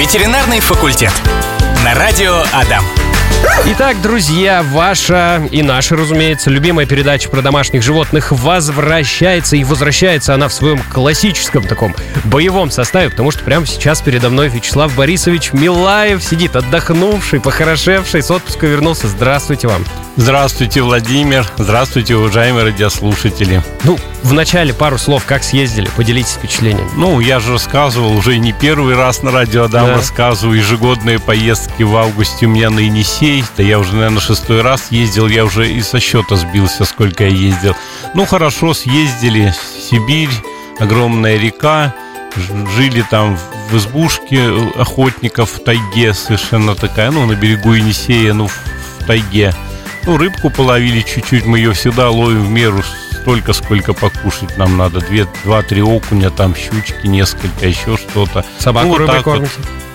Ветеринарный факультет. На радио Адам. Итак, друзья, ваша и наша, разумеется, любимая передача про домашних животных возвращается. И возвращается она в своем классическом таком боевом составе, потому что прямо сейчас передо мной Вячеслав Борисович Милаев сидит, отдохнувший, похорошевший, с отпуска вернулся. Здравствуйте вам. Здравствуйте, Владимир. Здравствуйте, уважаемые радиослушатели. Вначале пару слов, как съездили, поделитесь впечатлениями. Я же рассказывал, уже не первый раз на радио Адам рассказываю. Ежегодные поездки в августе у меня на Енисей. Да я уже, наверное, 6-й раз ездил. Я уже и со счета сбился, сколько я ездил. Хорошо съездили. Сибирь, огромная река. Жили там в избушке охотников в тайге. Совершенно такая, на берегу Енисея, в тайге. Рыбку половили чуть-чуть. Мы ее всегда ловим в меру, столько, сколько покушать нам надо. 2-3 окуня, там щучки несколько, еще что-то. Собаку рыбой кормите?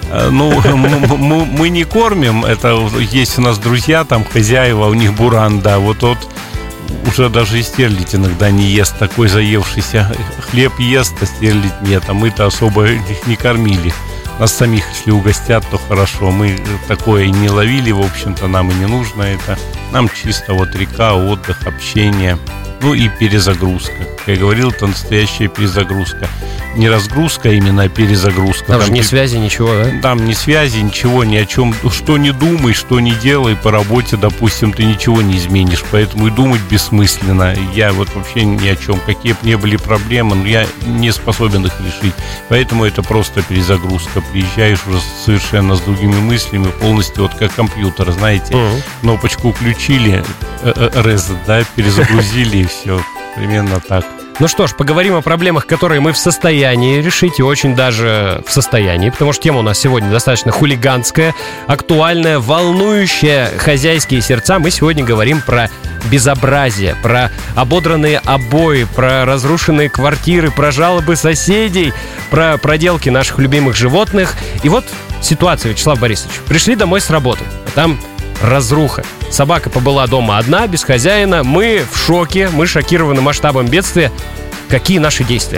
Мы не кормим. Это есть у нас друзья, там хозяева, у них буран, да. Вот уже даже и стерлядь иногда не ест, такой заевшийся. Хлеб ест, а стерлядь нет. А мы-то особо их не кормили. Нас самих, если угостят, то хорошо. Мы такое не ловили, в общем-то, нам и не нужно это. Нам чисто река, отдых, общение. И перезагрузка. Как я говорил, это настоящая перезагрузка. Не разгрузка именно, а перезагрузка. Там же ни связи, ничего, да? Там ни связи, ничего, ни о чем. Что не думай, что не делай по работе, допустим, ты ничего не изменишь. Поэтому и думать бессмысленно. Я вообще ни о чем. Какие бы ни были проблемы, но я не способен их решить. Поэтому это просто перезагрузка. Приезжаешь уже совершенно с другими мыслями, полностью как компьютер, знаете. Кнопочку включили, reset, да, перезагрузили и все. Примерно так. Ну что ж, поговорим о проблемах, которые мы в состоянии решить, и очень даже в состоянии, потому что тема у нас сегодня достаточно хулиганская, актуальная, волнующая хозяйские сердца. Мы сегодня говорим про безобразие, про ободранные обои, про разрушенные квартиры, про жалобы соседей, про проделки наших любимых животных. И вот ситуация, Вячеслав Борисович. Пришли домой с работы, а там разруха. Собака побыла дома одна, без хозяина. Мы в шоке, мы шокированы масштабом бедствия. Какие наши действия?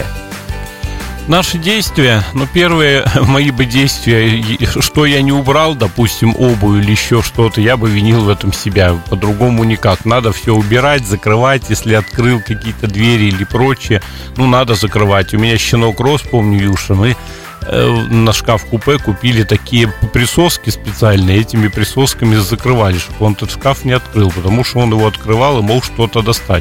Наши действия, первые мои бы действия, что я не убрал, допустим, обувь или еще что-то, я бы винил в этом себя. По-другому никак. Надо все убирать, закрывать. Если открыл какие-то двери или прочее, надо закрывать. У меня щенок рос, помню, Юша, мы на шкаф-купе купили такие присоски специальные. Этими присосками закрывали, чтобы он этот шкаф не открыл, потому что он его открывал и мог что-то достать.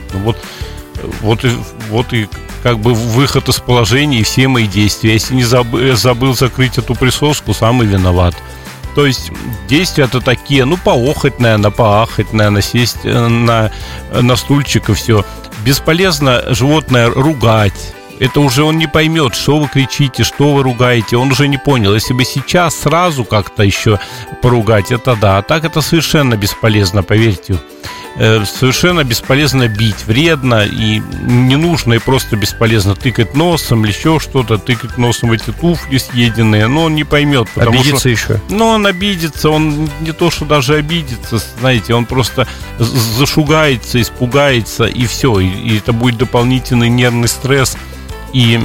Вот и как бы выход из положения и все мои действия. Если не забыл закрыть эту присоску, сам и виноват. То есть действия это такие, поохать, наверное, поахать, наверное, сесть на стульчик и все. Бесполезно животное ругать. Это уже он не поймет, что вы кричите, что вы ругаете. Он уже не понял. Если бы сейчас сразу как-то еще поругать, это да. А так это совершенно бесполезно, поверьте. Совершенно бесполезно бить. Вредно и не нужно, и просто бесполезно тыкать носом или еще что-то. Тыкать носом в эти туфли съеденные. Но он не поймет. Обидится еще. Он обидится. Он не то, что даже обидится, знаете, он просто зашугается, испугается, и все. И это будет дополнительный нервный стресс. И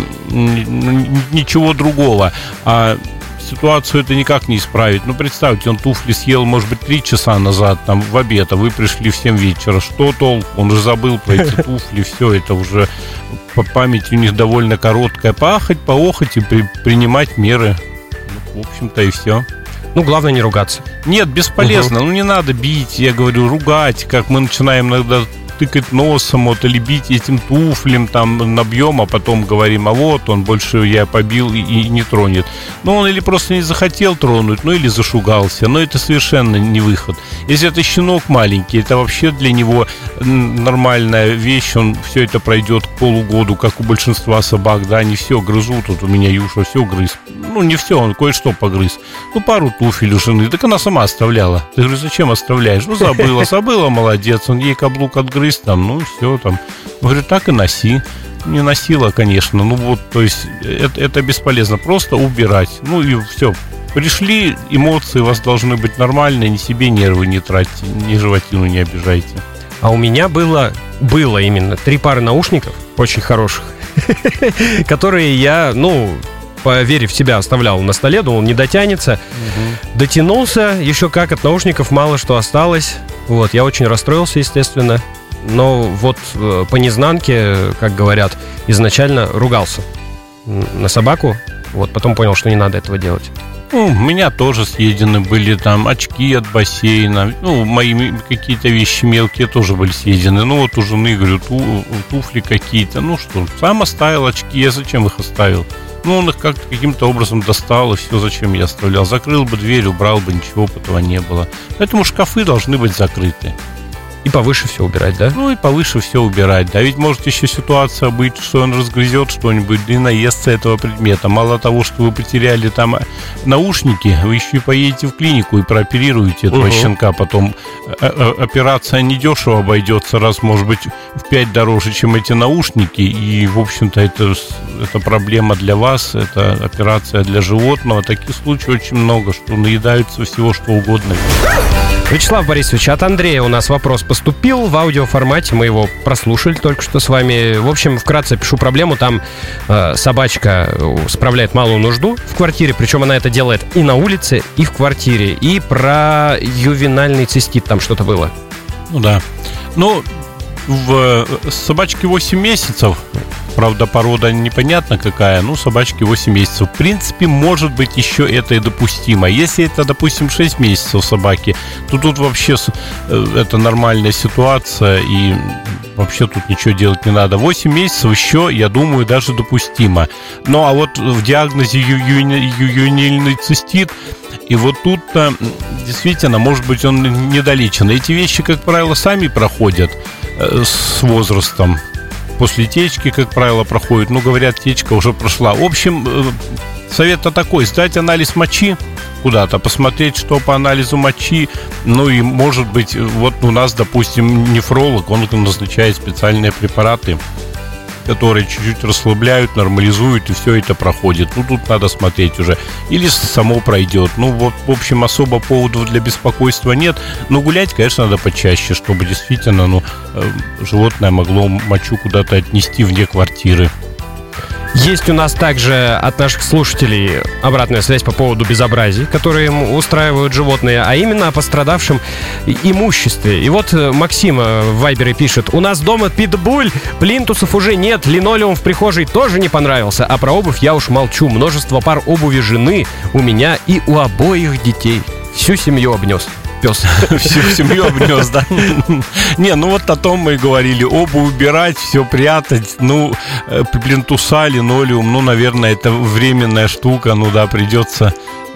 ничего другого. А ситуацию это никак не исправить. Представьте, он туфли съел, может быть, 3 часа назад, там, в обед, а вы пришли в 7 вечера. Что толку? Он уже забыл про эти туфли. Все, это уже память у них довольно короткая. Поахать, поохать и принимать меры. В общем-то, и все. Главное не ругаться. Нет, бесполезно. Не надо бить, я говорю, ругать, как мы начинаем иногда тыкать носом, или бить этим туфлем, там, набьем, а потом говорим, он больше я побил и не тронет. Он или просто не захотел тронуть, или зашугался. Но это совершенно не выход. Если это щенок маленький, это вообще для него нормальная вещь, он все это пройдет к полугоду, как у большинства собак, да, они все грызут. Вот у меня Юша все грыз. Не все, он кое-что погрыз. Пару туфель у жены, так она сама оставляла. Ты говоришь, зачем оставляешь? Забыла, молодец, он ей каблук отгрыз, там, все там. Говорю, так и носи. Не носила, конечно. То есть это бесполезно. Просто убирать. И все. Пришли, эмоции у вас должны быть нормальные. Ни себе нервы не тратьте, ни животину не обижайте. А у меня было именно 3 пары наушников, очень хороших, которые я, по вере в себя оставлял на столе, думал, не дотянется. Дотянулся, еще как, от наушников мало что осталось. Вот, я очень расстроился, естественно. Но вот по незнанке, как говорят, изначально ругался на собаку. Вот, потом понял, что не надо этого делать. Ну, у меня тоже съедены были там очки от бассейна. Ну, мои какие-то вещи мелкие тоже были съедены. Ну, вот у жены, говорю, туфли какие-то. Ну, что, сам оставил очки, я зачем их оставил? Ну, он их как-то каким-то образом достал, и все, зачем я оставлял. Закрыл бы дверь, убрал бы, ничего бы этого не было. Поэтому шкафы должны быть закрыты. И повыше все убирать, да? Ну и повыше все убирать. Да ведь может еще ситуация быть, что он разгрызет что-нибудь, да и наестся этого предмета. Мало того, что вы потеряли там наушники, вы еще и поедете в клинику и прооперируете этого щенка. Потом операция недешево обойдется, раз, может быть, в 5 дороже, чем эти наушники. И, в общем-то, это проблема для вас, это операция для животного. Таких случаев очень много, что наедаются всего что угодно. Вячеслав Борисович, от Андрея у нас вопрос поступил в аудиоформате, мы его прослушали только что с вами. В общем, вкратце пишу проблему. Там собачка справляет малую нужду в квартире, причем она это делает и на улице, и в квартире. И про ювенальный цистит там что-то было. Ну да. Ну, в собачке 8 месяцев. Правда, порода непонятно какая, ну, собачке 8 месяцев. В принципе, может быть, еще это и допустимо. Если это, допустим, 6 месяцев собаки, то тут вообще это нормальная ситуация, и вообще тут ничего делать не надо. 8 месяцев еще, я думаю, даже допустимо. Ну, а вот в диагнозе ювенильный цистит, и вот тут-то действительно, может быть, он недолечен. Эти вещи, как правило, сами проходят с возрастом. После течки, как правило, проходит. Ну, говорят, течка уже прошла. В общем, совет-то такой: сдать анализ мочи куда-то, посмотреть, что по анализу мочи. Ну и, может быть, вот у нас, допустим, нефролог, он назначает специальные препараты, которые чуть-чуть расслабляют, нормализуют, и все это проходит. Ну, тут надо смотреть уже. Или само пройдет. Ну, вот, в общем, особо поводов для беспокойства нет. Но гулять, конечно, надо почаще, чтобы действительно, животное могло мочу куда-то отнести вне квартиры. Есть у нас также от наших слушателей обратная связь по поводу безобразий, которые им устраивают животные, а именно о пострадавшем имуществе. И вот Максим в Вайбере пишет: у нас дома питбуль, плинтусов уже нет, линолеум в прихожей тоже не понравился, а про обувь я уж молчу. Множество пар обуви жены у меня и у обоих детей. Всю семью обнес. Пес. Всю семью обнес, да? Не, ну вот о том мы и говорили. Обувь убирать, все прятать. Ну, плинтуса, линолеум, ну, наверное, это временная штука. Ну да, придется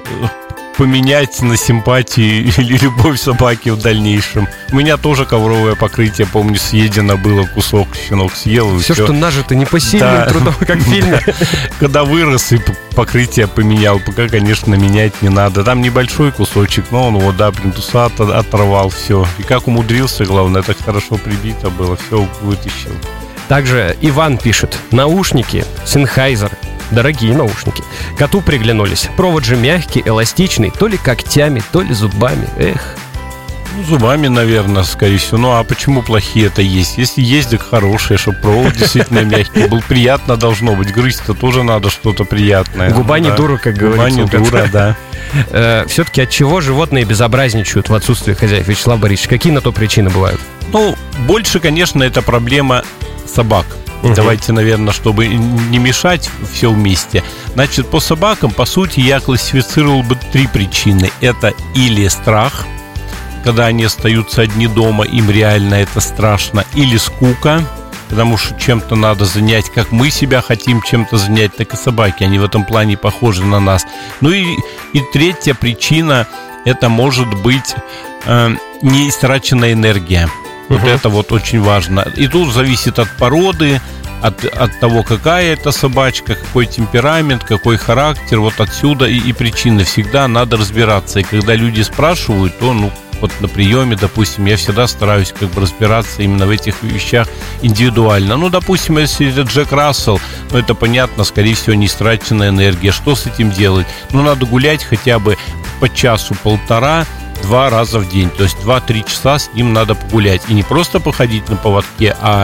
поменять на симпатии или любовь собаки в дальнейшем. У меня тоже ковровое покрытие, помню, съедено было, кусок щенок съел. Все, что нажито непосильным трудом, как в фильме. Когда вырос и покрытие поменял, пока, конечно, менять не надо. Там небольшой кусочек, но он плинтуса оторвал, все. И как умудрился, главное, так хорошо прибито было, все вытащил. Также Иван пишет: наушники Sennheiser. Дорогие наушники. Коту приглянулись. Провод же мягкий, эластичный, то ли когтями, то ли зубами. Эх. Ну, зубами, наверное, скорее всего. Ну, а почему плохие это есть? Если есть, так хорошие, чтобы провод действительно мягкий был. Приятно должно быть. Грызть-то тоже надо что-то приятное. Губа не дура, как говорится. Губа не дура, да. Все-таки от чего животные безобразничают в отсутствии хозяев? Вячеслав Борисович, какие на то причины бывают? Ну, больше, конечно, это проблема собак. Давайте, наверное, чтобы не мешать все вместе. Значит, по собакам, по сути, я классифицировал бы 3 причины. Это или страх, когда они остаются одни дома, им реально это страшно, или скука, потому что чем-то надо занять, как мы себя хотим чем-то занять, так и собаки, они в этом плане похожи на нас. Ну и 3-я причина, это может быть неистраченная энергия. Вот это вот очень важно. И тут зависит от породы, от того, какая это собачка, какой темперамент, какой характер. Вот отсюда и причины. Всегда надо разбираться. И когда люди спрашивают, то, вот на приеме, допустим, я всегда стараюсь разбираться именно в этих вещах индивидуально. Ну, допустим, если это Джек Рассел, это понятно, скорее всего, неистраченная энергия. Что с этим делать? Надо гулять хотя бы по часу-полтора, 2 раза в день. То есть 2-3 часа с ним надо погулять. И не просто походить на поводке, а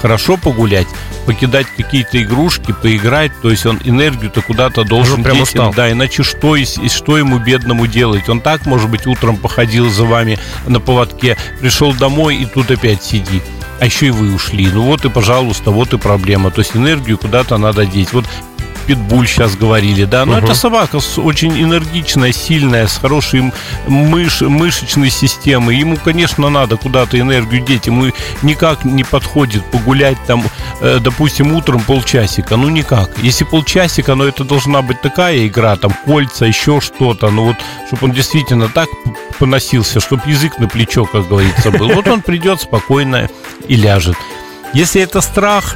хорошо погулять, покидать какие-то игрушки, поиграть, то есть он энергию-то куда-то должен деть, да, иначе что ему бедному делать? Он так, может быть, утром походил за вами на поводке, пришел домой и тут опять сиди. А еще и вы ушли. Ну вот и, пожалуйста, вот и проблема. То есть энергию куда-то надо деть. Вот питбуль сейчас говорили, да. Но это собака очень энергичная, сильная, с хорошей мышечной системой. Ему, конечно, надо куда-то энергию деть. Ему никак не подходит погулять там, допустим, утром полчасика. Ну никак. Если полчасика, но это должна быть такая игра, там кольца, еще что-то. Ну вот, чтобы он действительно так поносился, чтобы язык на плечо, как говорится, был. Вот он придет спокойно и ляжет. Если это страх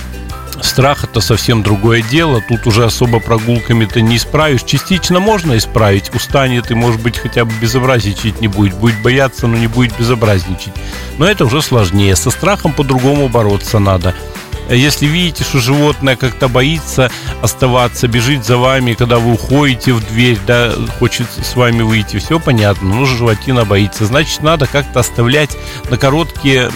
это совсем другое дело. Тут уже особо прогулками-то не исправишь. Частично можно исправить. Устанет и, может быть, хотя бы безобразничать не будет. Будет бояться, но не будет безобразничать. Но это уже сложнее. Со страхом по-другому бороться надо. Если видите, что животное как-то боится оставаться, бежит за вами, когда вы уходите в дверь, да, хочет с вами выйти, все понятно, но животина боится. Значит, надо как-то оставлять на короткое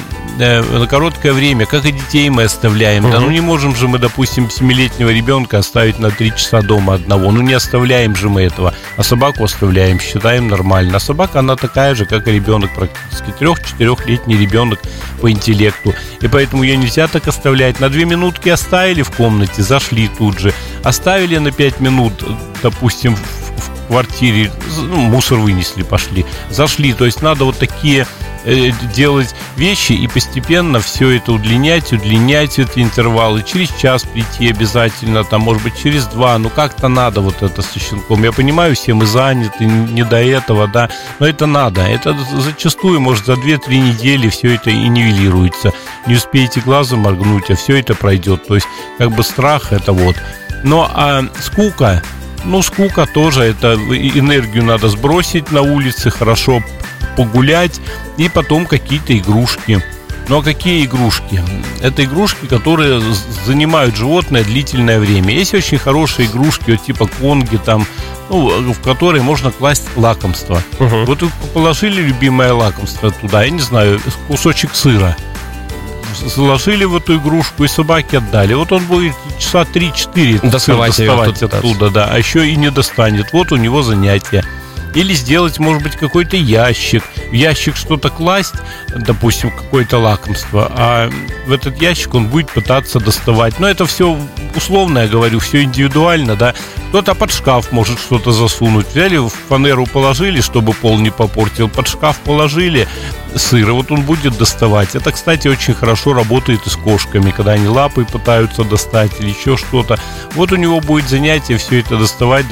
время, как и детей мы оставляем. Да, ну не можем же мы, допустим, 7-летнего ребенка оставить на 3 часа дома одного. Ну не оставляем же мы этого. А собаку оставляем, считаем нормально. А собака, она такая же, как и ребенок практически. 3-4-летний ребенок по интеллекту. И поэтому ее нельзя так оставлять. На 2 минутки оставили в комнате, зашли тут же. Оставили на 5 минут, допустим, в квартире, ну, мусор вынесли, пошли. Зашли, то есть надо вот такие делать вещи и постепенно все это удлинять эти интервалы. Через час прийти обязательно, там, может быть, через 2. Ну, как-то надо вот это со щенком. Я понимаю, все мы заняты, не до этого, да, но это надо. Это зачастую, может, за 2-3 недели все это и нивелируется. Не успеете глазом моргнуть, а все это пройдет. То есть, как бы страх это вот. Но скука, скука тоже, это энергию надо сбросить на улице, хорошо погулять, и потом какие-то игрушки. Ну а какие игрушки? Это игрушки, которые занимают животное длительное время. Есть очень хорошие игрушки, вот типа конги, там, в которые можно класть лакомство. Вот вы положили любимое лакомство туда, я не знаю, кусочек сыра, заложили в эту игрушку и собаке отдали. Вот он будет часа 3-4 доставать оттуда, да, а еще и не достанет. Вот у него занятие. Или сделать, может быть, какой-то ящик. В ящик что-то класть, допустим, какое-то лакомство, а в этот ящик он будет пытаться доставать. Но это все условно, я говорю, все индивидуально, да. Кто-то под шкаф может что-то засунуть. Взяли, в фанеру положили, чтобы пол не попортил, под шкаф положили сыр, и вот он будет доставать. Это, кстати, очень хорошо работает и с кошками, когда они лапой пытаются достать или еще что-то. Вот у него будет занятие все это доставать.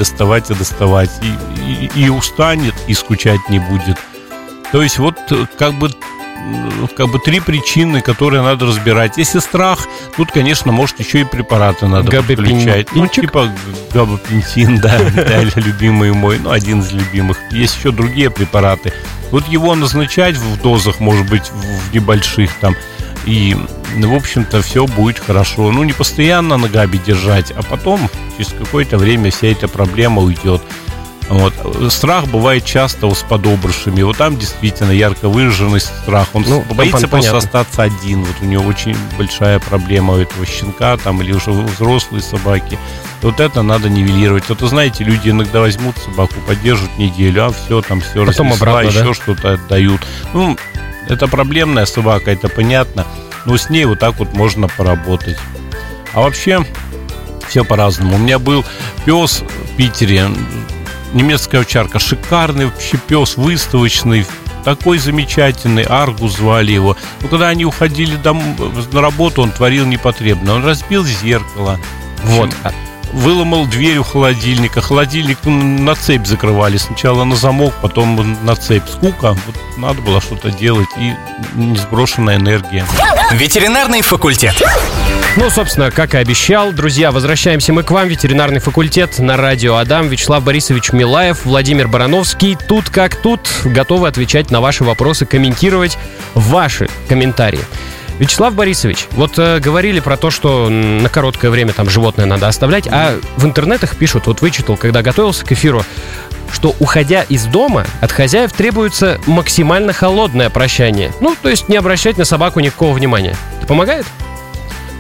И устанет, и скучать не будет. То есть вот как бы 3 причины, которые надо разбирать. Если страх, тут, конечно, может еще и препараты надо подключать. Ну, типа габапентин, да, любимый мой, один из любимых. Есть еще другие препараты. Вот его назначать в дозах, может быть, в небольших там. И, в общем-то, все будет хорошо. Не постоянно на габе держать, а потом, через какое-то время, вся эта проблема уйдет. Вот. Страх бывает часто с подобрышами. Вот там действительно ярко выраженный страх. Он боится просто остаться один. Вот у него очень большая проблема у этого щенка там, или уже взрослые собаки. Вот это надо нивелировать. Вот, знаете, люди иногда возьмут собаку, поддержат неделю, а все разнесла, еще что-то отдают. Это проблемная собака, это понятно. Но с ней вот так вот можно поработать. А вообще все по-разному. У меня был пес в Питере, немецкая овчарка, шикарный вообще пес, выставочный, такой замечательный, Аргус звали его. Но когда они уходили на работу, он творил непотребно. Он разбил зеркало, выломал дверь у холодильника. Холодильник на цепь закрывали. Сначала на замок, потом на цепь. Скука, надо было что-то делать. И несброшенная энергия. Ветеринарный факультет. Собственно, как и обещал, друзья, возвращаемся мы к вам. Ветеринарный факультет на радио Адам. Вячеслав Борисович Милаев, Владимир Барановский. Тут как тут, готовы отвечать на ваши вопросы, комментировать ваши комментарии. Вячеслав Борисович, говорили про то, что на короткое время там животное надо оставлять, а в интернетах пишут, вычитал, когда готовился к эфиру, что, уходя из дома, от хозяев требуется максимально холодное прощание. То есть не обращать на собаку никакого внимания. Это помогает?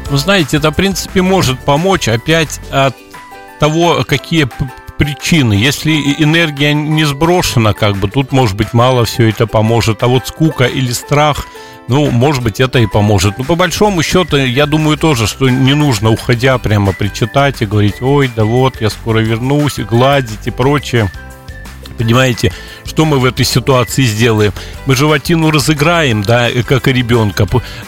Вы знаете, это, в принципе, может помочь опять от того, какие причины. Если энергия не сброшена, как бы, тут, может быть, мало все это поможет. А вот скука или страх, ну, может быть, это и поможет. Но по большому счету, я думаю тоже, что не нужно, уходя, прямо причитать и говорить: ой, да вот, я скоро вернусь, и гладить и прочее. Понимаете, что мы в этой ситуации сделаем? Мы животину разыграем, да, как и ребенка,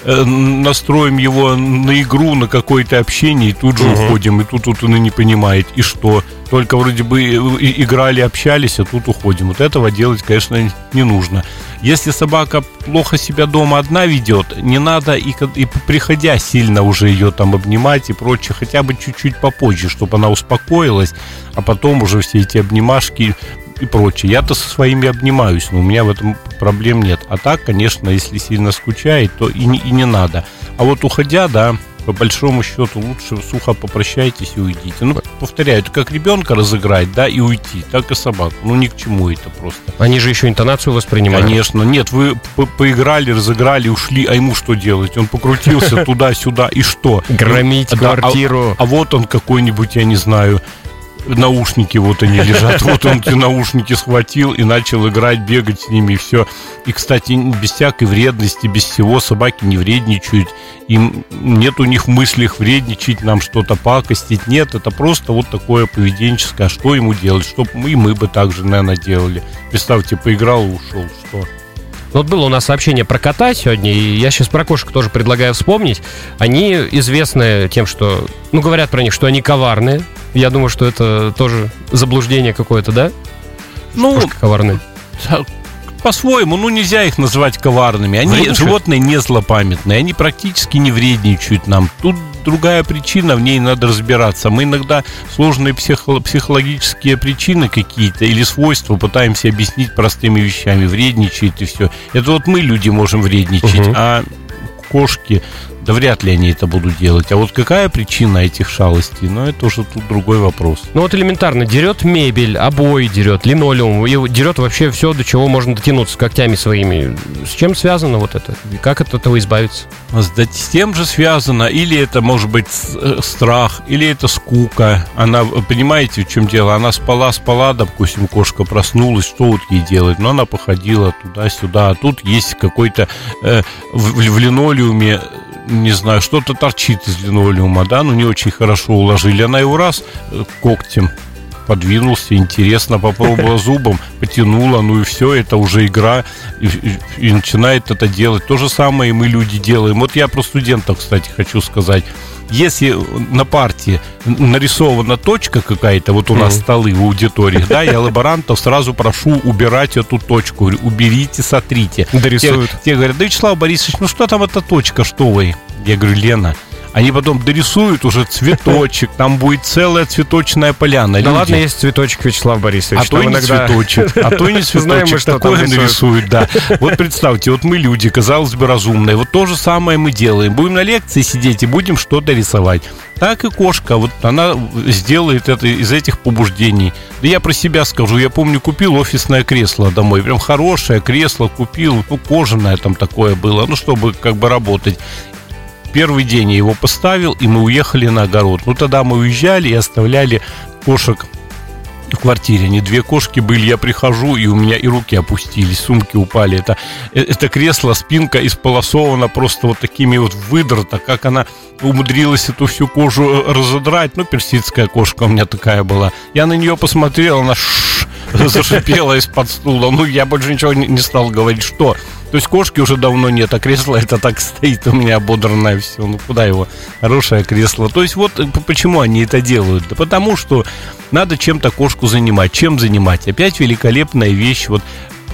настроим его на игру, на какое-то общение, и тут же уходим, и тут он и не понимает, и что? Только вроде бы играли, общались, а тут уходим. Вот этого делать, конечно, не нужно. Если собака плохо себя дома одна ведет, не надо и приходя сильно уже ее там обнимать и прочее, хотя бы чуть-чуть попозже, чтобы она успокоилась, а потом уже все эти обнимашки и прочее. Я-то со своими обнимаюсь, но у меня в этом проблем нет. А так, конечно, если сильно скучает, то и не надо. А вот уходя, да, по большому счету лучше сухо попрощайтесь и уйдите. Ну, повторяю, это как ребенка разыграть, да, и уйти, так и собаку. Ну, ни к чему это просто. Они же еще интонацию воспринимают. Конечно, нет, вы поиграли, разыграли, ушли, а ему что делать? Он покрутился туда-сюда, и что? Громить квартиру. А вот он какой-нибудь, я не знаю, наушники вот они лежат. Вот он эти наушники схватил и начал играть, бегать с ними, и все. И, кстати, без всякой вредности, без всего собаки не вредничают. Им нет у них в мыслях вредничать, нам что-то пакостить. Нет, это просто вот такое поведенческое. А что ему делать? Чтоб мы бы так же, наверное, делали. Представьте, поиграл и ушел. Что? Вот было у нас сообщение про кота сегодня, и я сейчас про кошек тоже предлагаю вспомнить. Они известны тем, что, ну, говорят про них, что они коварные. Я думаю, что это тоже заблуждение какое-то, да? Ну, кошки коварные. По-своему, ну, нельзя их называть коварными. Они животные не злопамятные, они практически не вредничают нам. Тут другая причина, в ней надо разбираться. Мы иногда сложные психологические причины какие-то или свойства пытаемся объяснить простыми вещами. Вредничает и все. Это вот мы, люди, можем вредничать, а кошки, да вряд ли они это будут делать. А вот какая причина этих шалостей? Ну, это уже тут другой вопрос. Ну, вот элементарно, дерет мебель, обои дерет, линолеум, и дерет вообще все, до чего можно дотянуться когтями своими. С чем связано вот это? И как от этого избавиться? С тем же связано, или это может быть страх, или это скука. Она, понимаете, в чем дело? Она спала, допустим, кошка проснулась, что вот ей делать? Ну, она походила туда-сюда, а тут есть какой-то в линолеуме, не знаю, что-то торчит из линолеума, да, ну не очень хорошо уложили. Она его раз когтем подвинулся, интересно, попробовала зубом, потянула, ну и все, это уже игра, и начинает это делать. То же самое и мы, люди, делаем. Вот я про студентов, кстати, хочу сказать. Если на партии нарисована точка какая-то, вот у нас столы в аудитории, да, я лаборантов сразу прошу убирать эту точку. Говорю, уберите, сотрите. Дорисуют. Те говорят: да, Вячеслав Борисович, ну что там эта точка, что вы? Я говорю: Лена, они потом дорисуют уже цветочек, там будет целая цветочная поляна. Да люди. Ладно, есть цветочек, Вячеслав Борисович. А то и не цветочек, Знаем мы, что такое там нарисуют, да. Вот представьте, вот мы люди, казалось бы, разумные, вот то же самое мы делаем. Будем на лекции сидеть и будем что-то рисовать. Так и кошка, вот она сделает это из этих побуждений. Да я про себя скажу, я помню, купил офисное кресло домой, прям хорошее кресло купил, ну, кожаное там такое было, ну, чтобы как бы работать. Первый день я его поставил, и мы уехали на огород. Ну, тогда мы уезжали и оставляли кошек в квартире. Они 2 кошки были, я прихожу, и у меня и руки опустились, сумки упали. Это кресло, спинка исполосована просто вот такими вот выдрата, как она умудрилась эту всю кожу разодрать. Ну, персидская кошка у меня такая была. Я на нее посмотрел, она зашипела из-под стула. Ну, я больше ничего не стал говорить, что... То есть кошки уже давно нет, а кресло это так стоит у меня ободранное все. Ну куда его? Хорошее кресло. То есть вот почему они это делают? Да потому что надо чем-то кошку занимать. Чем занимать? Опять великолепная вещь. Вот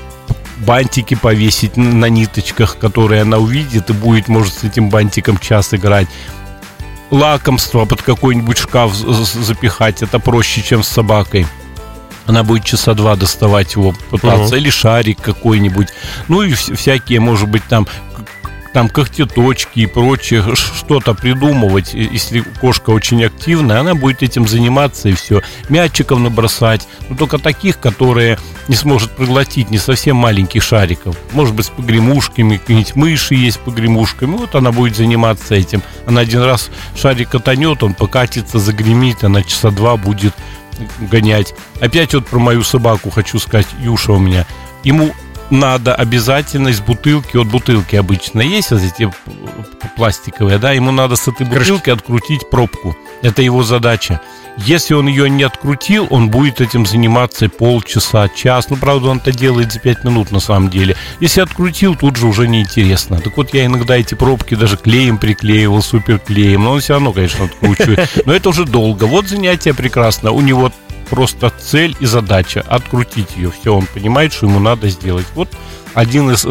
бантики повесить на ниточках, которые она увидит, и будет, может, с этим бантиком час играть. Лакомство под какой-нибудь шкаф запихать. Это проще, чем с собакой. Она будет часа 2 доставать его, пытаться, или шарик какой-нибудь. Ну и всякие, может быть, там там когтеточки и прочее, что-то придумывать. Если кошка очень активная, она будет этим заниматься и все. Мячиков набросать, но только таких, которые не сможет проглотить, не совсем маленьких шариков. Может быть, с погремушками, какие-нибудь мыши есть с погремушками. Вот она будет заниматься этим. Она один раз шарик катанет, он покатится, загремит, она часа 2 будет гонять. Опять вот про мою собаку хочу сказать. Юша у меня. Ему надо обязательно из бутылки, от бутылки обычно есть вот эти пластиковые, да, ему надо с этой бутылки открутить пробку. Это его задача. Если он ее не открутил, он будет этим заниматься полчаса, час. Ну, правда, он это делает за 5 минут на самом деле. Если открутил, тут же уже неинтересно. Так вот, я иногда эти пробки даже клеем приклеивал, суперклеем. Но он все равно, конечно, откручивает. Но это уже долго. Вот занятие прекрасно. У него просто цель и задача открутить ее. Все, он понимает, что ему надо сделать. Вот один из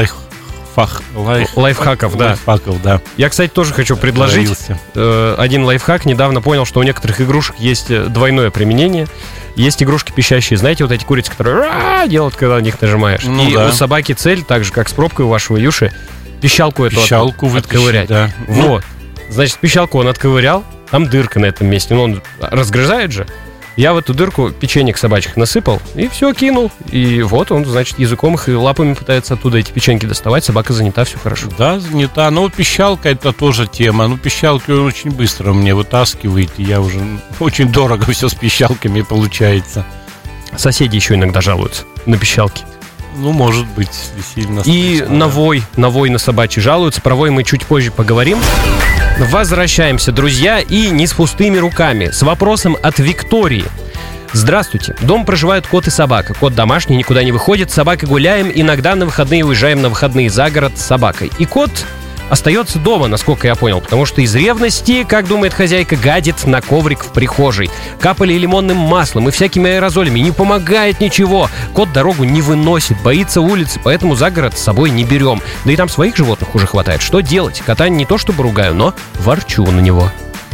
лайфхаков, да. Лайфхаков, да. Я, кстати, тоже хочу предложить один лайфхак. Недавно понял, что у некоторых игрушек есть двойное применение. Есть игрушки пищащие, знаете, вот эти курицы, которые делают, когда на них нажимаешь. Ну, и да. У собаки цель, так же, как с пробкой у вашего Юши, пищалку отковырять. Да. Вот. Значит, пищалку он отковырял, там дырка на этом месте, но он разгрызает же. Я в эту дырку печенек собачьих насыпал и все кинул. И вот он, значит, языком их и лапами пытается оттуда эти печеньки доставать. Собака занята, все хорошо. Да, занята. Но пищалка — это тоже тема. Ну, пищалки он очень быстро мне вытаскивает. И я уже... Очень дорого все с пищалками получается. Соседи еще иногда жалуются на пищалки. Ну, может быть, сильно. И на вой на собачий жалуются. Про вой мы чуть позже поговорим. Возвращаемся, друзья, и не с пустыми руками. С вопросом от Виктории. Здравствуйте. Дома проживают кот и собака. Кот домашний, никуда не выходит. С собакой гуляем. Иногда на выходные уезжаем на выходные за город с собакой. И кот остается дома, насколько я понял, потому что из ревности, как думает хозяйка, гадит на коврик в прихожей. Капали лимонным маслом и всякими аэрозолями. Не помогает ничего. Кот дорогу не выносит, боится улицы, поэтому за город с собой не берем. Да и там своих животных уже хватает. Что делать? Кота не то чтобы ругаю, но ворчу на него.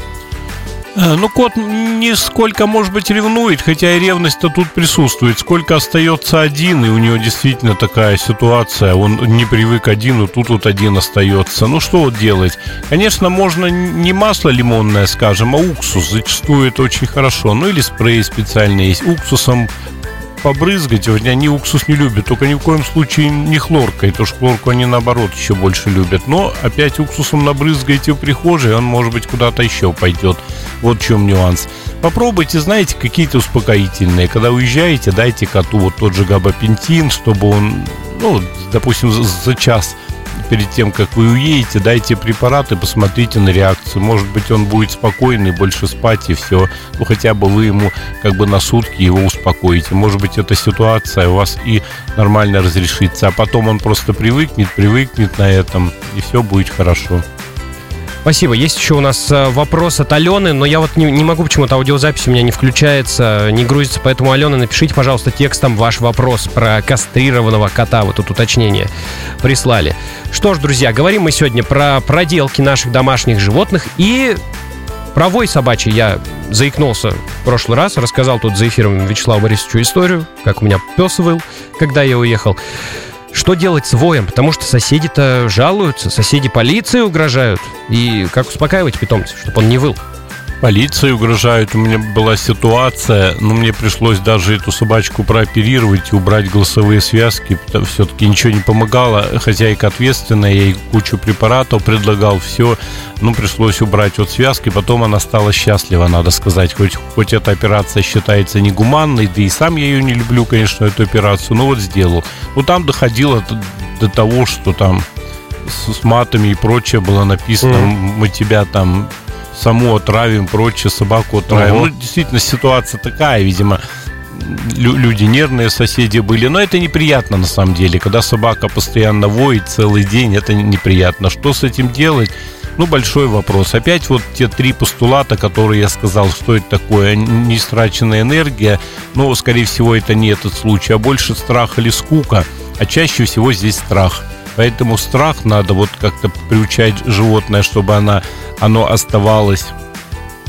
Ну, кот нисколько, может быть, ревнует, хотя и ревность-то тут присутствует. Сколько остается один, и у него действительно такая ситуация. Он не привык один, но тут вот один остается. Ну, что вот делать? Конечно, можно не масло лимонное, скажем, а уксус. Зачастую это очень хорошо. Ну, или спрей специальный есть. Уксусом побрызгать, они уксус не любят, только ни в коем случае не хлоркой, потому что хлорку они наоборот еще больше любят. Но опять уксусом набрызгайте в прихожей, он может быть куда-то еще пойдет. Вот в чем нюанс. Попробуйте, знаете, какие-то успокоительные. Когда уезжаете, дайте коту вот тот же габапентин, чтобы он, ну, допустим, за час перед тем, как вы уедете, дайте препарат и посмотрите на реакцию. Может быть, он будет спокойный, больше спать и все. Ну, хотя бы вы ему как бы на сутки его успокоите. Может быть, эта ситуация у вас и нормально разрешится. А потом он просто привыкнет на этом, и все будет хорошо. Спасибо. Есть еще у нас вопрос от Алены, но я вот не могу, почему-то аудиозапись у меня не включается, не грузится, поэтому, Алена, напишите, пожалуйста, текстом ваш вопрос про кастрированного кота. Вот тут уточнение прислали. Что ж, друзья, говорим мы сегодня про проделки наших домашних животных и про вой собачий. Я заикнулся в прошлый раз, рассказал тут за эфиром Вячеславу Борисовичу историю, как у меня пес выл, когда я уехал. Что делать с воем? Потому что соседи-то жалуются, соседи полиции угрожают. И как успокаивать питомца, чтобы он не выл? Полиции угрожают. У меня была ситуация, но мне пришлось даже эту собачку прооперировать и убрать голосовые связки. Все-таки ничего не помогало. Хозяйка ответственная, я ей кучу препаратов предлагал, все. Ну, пришлось убрать вот связки. Потом она стала счастлива, надо сказать. Хоть эта операция считается негуманной, да и сам я ее не люблю, конечно, эту операцию. Но вот сделал. Ну, там доходило до того, что там с матами и прочее было написано. Мы тебя там саму отравим, прочее, собаку отравим. Ну, действительно, ситуация такая, видимо, люди нервные, соседи были. Но это неприятно, на самом деле. Когда собака постоянно воет целый день, это неприятно. Что с этим делать? Ну, большой вопрос. Опять вот те 3 постулата, которые я сказал, что это такое. Неистраченная энергия. Но, скорее всего, это не этот случай, а больше страх или скука. А чаще всего здесь страх. Поэтому страх надо вот как-то приучать животное, чтобы оно оставалось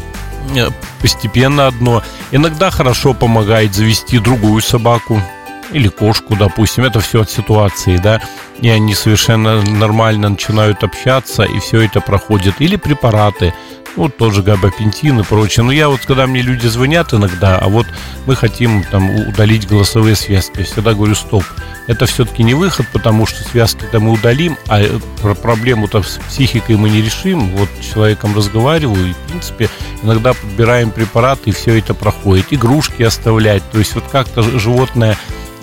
постепенно одно. Иногда хорошо помогает завести другую собаку. или кошку, допустим, это все от ситуации, да, и они совершенно нормально начинают общаться, и все это проходит. Или препараты, вот тот же габапентин и прочее. Но я вот, когда мне люди звонят иногда, а вот мы хотим там удалить голосовые связки, я всегда говорю: стоп, это все-таки не выход, потому что связки-то мы удалим, а проблему-то с психикой мы не решим. Вот с человеком разговариваю, и, в принципе, иногда подбираем препараты, и все это проходит. Игрушки оставлять, то есть вот как-то животное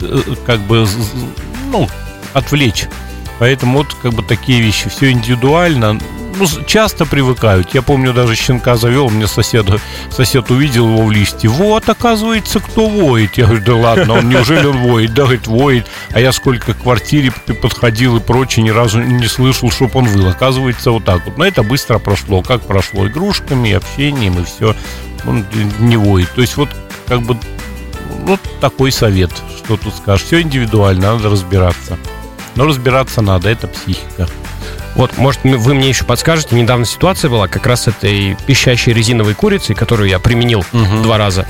как бы, ну, отвлечь. Поэтому вот как бы такие вещи, все индивидуально. Ну, часто привыкают. Я помню, даже щенка завел, мне сосед увидел его в лифте. Вот, оказывается, кто воет. Я говорю: да ладно, неужели он воет? Да, говорит, воет. А я сколько к квартире подходил и прочее, ни разу не слышал, чтоб он выл. Оказывается, вот так вот. Но это быстро прошло. Как прошло? Игрушками, общением, и все. Он не воет. То есть вот как бы вот такой совет. Что тут скажешь? Все индивидуально, надо разбираться. Но разбираться надо, это психика. Вот, может, вы мне еще подскажете, недавно ситуация была как раз с этой пищащей резиновой курицей, которую я применил 2 раза.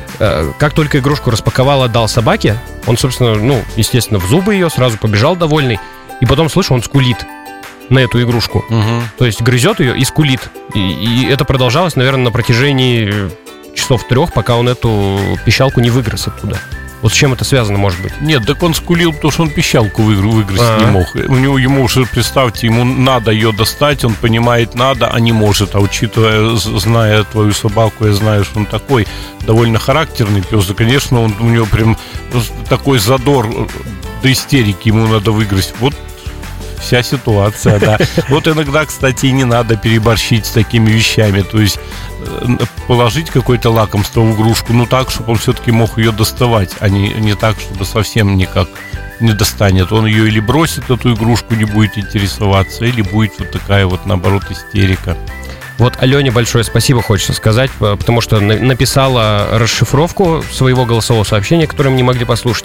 Как только игрушку распаковал, отдал собаке, он, собственно, ну, естественно, в зубы ее, сразу побежал довольный, и потом, слышу, он скулит на эту игрушку. То есть грызет ее и скулит. И это продолжалось, наверное, на протяжении часов 3, пока он эту пищалку не выгрыз оттуда. Вот с чем это связано, может быть? Нет, так он скулил, потому что он пищалку выгрызть не мог. Ему уже, представьте, ему надо ее достать, он понимает, надо, а не может. А учитывая, зная твою собаку, я знаю, что он такой довольно характерный пес, да, конечно, у него прям такой задор до истерики, ему надо выгрызть. Вот вся ситуация, да. Вот иногда, кстати, и не надо переборщить с такими вещами. То есть положить какое-то лакомство в игрушку, ну так, чтобы он все-таки мог ее доставать, а не так, чтобы совсем никак не достанет. Он ее или бросит, эту игрушку, не будет интересоваться, или будет вот такая вот, наоборот, истерика. Вот Алене большое спасибо хочется сказать, потому что написала расшифровку своего голосового сообщения, которое мы не могли послушать.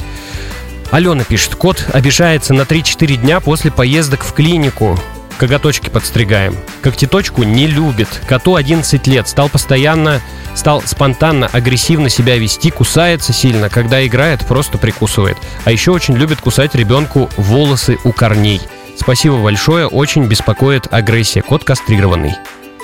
Алена пишет: кот обижается на 3-4 дня после поездок в клинику. Коготочки подстригаем. Когтеточку не любит. Коту 11 лет. Стал спонтанно, агрессивно себя вести, кусается сильно. Когда играет, просто прикусывает. А еще очень любит кусать ребенку волосы у корней. Спасибо большое, очень беспокоит агрессия. Кот кастрированный.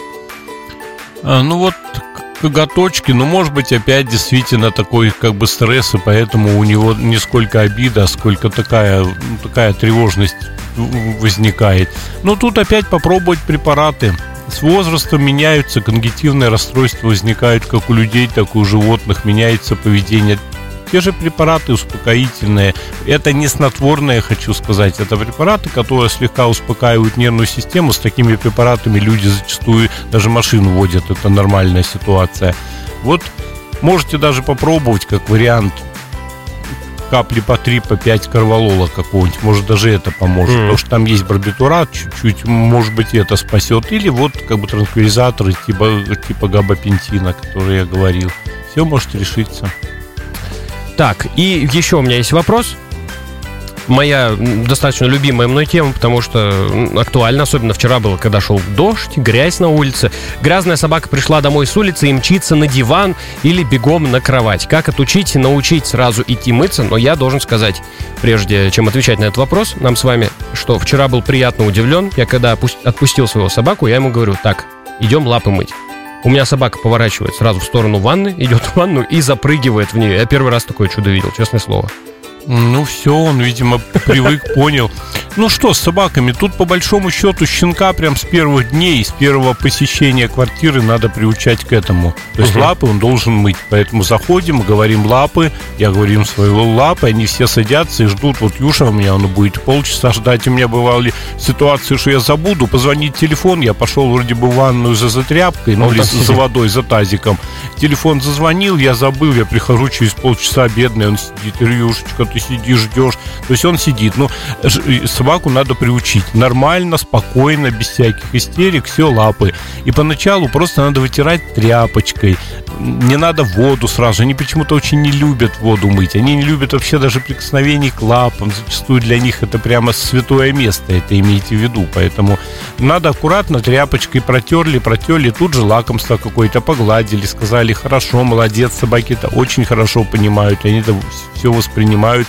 Ну вот, коготочки, ну, может быть, опять действительно такой как бы стресс, и поэтому у него не сколько обида, сколько такая тревожность возникает. Но тут опять попробовать препараты. С возрастом меняются, когнитивные расстройства возникают как у людей, так и у животных, меняется поведение. Те же препараты успокоительные, это не снотворные, хочу сказать, это препараты, которые слегка успокаивают нервную систему. С такими препаратами люди зачастую даже машину водят, это нормальная ситуация. Вот можете даже попробовать как вариант капли по 3, по 5 корвалола какого-нибудь, может, даже это поможет, потому что там есть барбитурат, чуть-чуть, может быть, это спасет. Или вот как бы транквилизаторы типа габапентина, который я говорил. Все может решиться. Так, и еще у меня есть вопрос. Моя достаточно любимая мной тема, потому что актуально, особенно вчера было, когда шел дождь, грязь на улице. Грязная собака пришла домой с улицы и мчится на диван или бегом на кровать. Как отучить и научить сразу идти мыться? Но я должен сказать, прежде чем отвечать на этот вопрос, нам с вами, что вчера был приятно удивлен. Я когда отпустил своего собаку, я ему говорю: так, идем лапы мыть. У меня собака поворачивает сразу в сторону ванны, идет в ванну и запрыгивает в нее. Я первый раз такое чудо видел, честное слово. Ну все, он, видимо, привык, понял. Ну что, с собаками, тут по большому счету щенка прям с первых дней, с первого посещения квартиры надо приучать к этому. То есть лапы он должен мыть. Поэтому заходим, говорим лапы, я говорю им своего лапы, они все садятся и ждут. Вот Юша у меня, он будет полчаса ждать. У меня бывали ситуации, что я забуду позвонить в телефон, я пошел вроде бы в ванную за тряпкой, ну или за водой, за тазиком. Телефон зазвонил, я забыл, я прихожу через полчаса, бедный, он сидит: Юшечка, ты сидишь, ждешь. То есть он сидит. Ну, собаку надо приучить нормально, спокойно, без всяких истерик, все лапы. И поначалу просто надо вытирать тряпочкой. Не надо воду сразу. Они почему-то очень не любят воду мыть. Они не любят вообще даже прикосновений к лапам. Зачастую для них это прямо святое место. Это имейте в виду. Поэтому надо аккуратно тряпочкой протерли, тут же лакомство какое-то погладили, сказали: хорошо, молодец, собаки это очень хорошо понимают, они это все воспринимают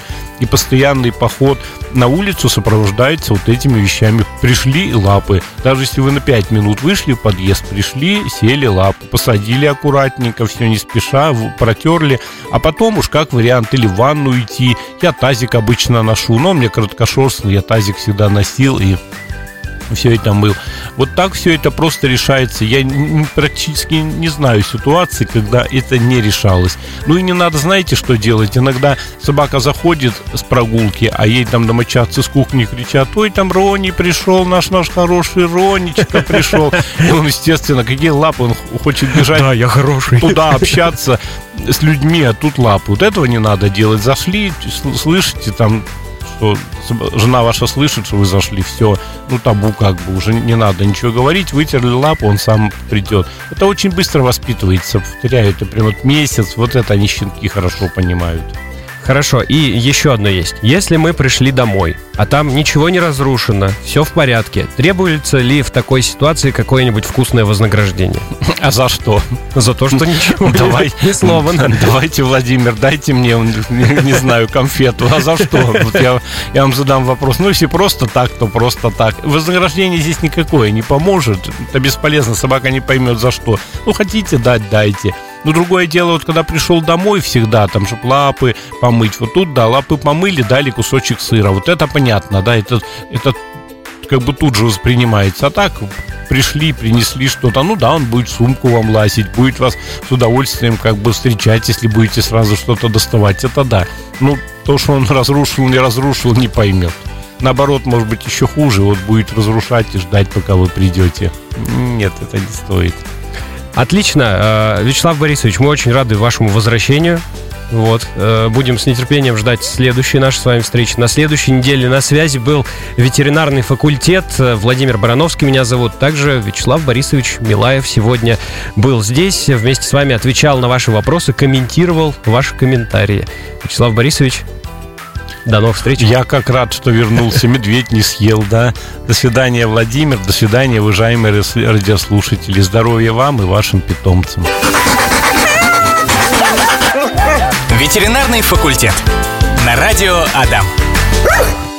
и постоянный поход на улицу сопровождается вот этими вещами. Пришли лапы. Даже если вы на 5 минут вышли в подъезд, пришли, сели лапу, посадили аккуратненько, все не спеша, протерли, а потом уж как вариант или в ванну идти. Я тазик обычно ношу, но он мне короткошерстный, я тазик всегда носил и все это мыл. Вот так все это просто решается. Я практически не знаю ситуации, когда это не решалось. Ну и не надо, знаете, что делать? Иногда собака заходит с прогулки, а ей там домочадцы с кухни кричат: ой, там Рони пришел, наш хороший Ронечка пришел. И он, естественно, какие лапы, он хочет бежать. Да, я хороший. Туда общаться с людьми, а тут лапы. Вот этого не надо делать. Зашли, слышите, там, что жена ваша слышит, что вы зашли, все, ну табу как бы, уже не надо ничего говорить, вытерли лапу, он сам придет. Это очень быстро воспитывается, повторяю, это прям вот месяц, вот это они, щенки, хорошо понимают. Хорошо, и еще одно есть. Если мы пришли домой, а там ничего не разрушено, все в порядке, требуется ли в такой ситуации какое-нибудь вкусное вознаграждение? А за что? За то, что ничего не сломано. Давайте, Владимир, дайте мне, не знаю, конфету. А за что? Вот я вам задам вопрос. Ну, если просто так, то просто так. Вознаграждение здесь никакое не поможет. Это бесполезно, собака не поймет за что. Ну, хотите дать, дайте. Но другое дело, вот когда пришел домой всегда, там, чтобы лапы помыть. Вот тут, да, лапы помыли, дали кусочек сыра. Вот это понятно, да, это как бы тут же воспринимается. А так пришли, принесли что-то, ну да, он будет сумку вам лазить, будет вас с удовольствием как бы встречать, если будете сразу что-то доставать, это да. Ну, то, что он разрушил, не поймет. Наоборот, может быть, еще хуже, вот будет разрушать и ждать, пока вы придете. Нет, это не стоит. Отлично. Вячеслав Борисович, мы очень рады вашему возвращению. Вот. Будем с нетерпением ждать следующей нашей с вами встречи. На следующей неделе на связи был ветеринарный факультет. Владимир Барановский меня зовут. Также Вячеслав Борисович Милаев сегодня был здесь. Вместе с вами отвечал на ваши вопросы, комментировал ваши комментарии. Вячеслав Борисович, до новых встреч. Я как рад, что вернулся. Медведь не съел, да. До свидания, Владимир. До свидания, уважаемые радиослушатели. Здоровья вам и вашим питомцам. Ветеринарный факультет. На радио Адам.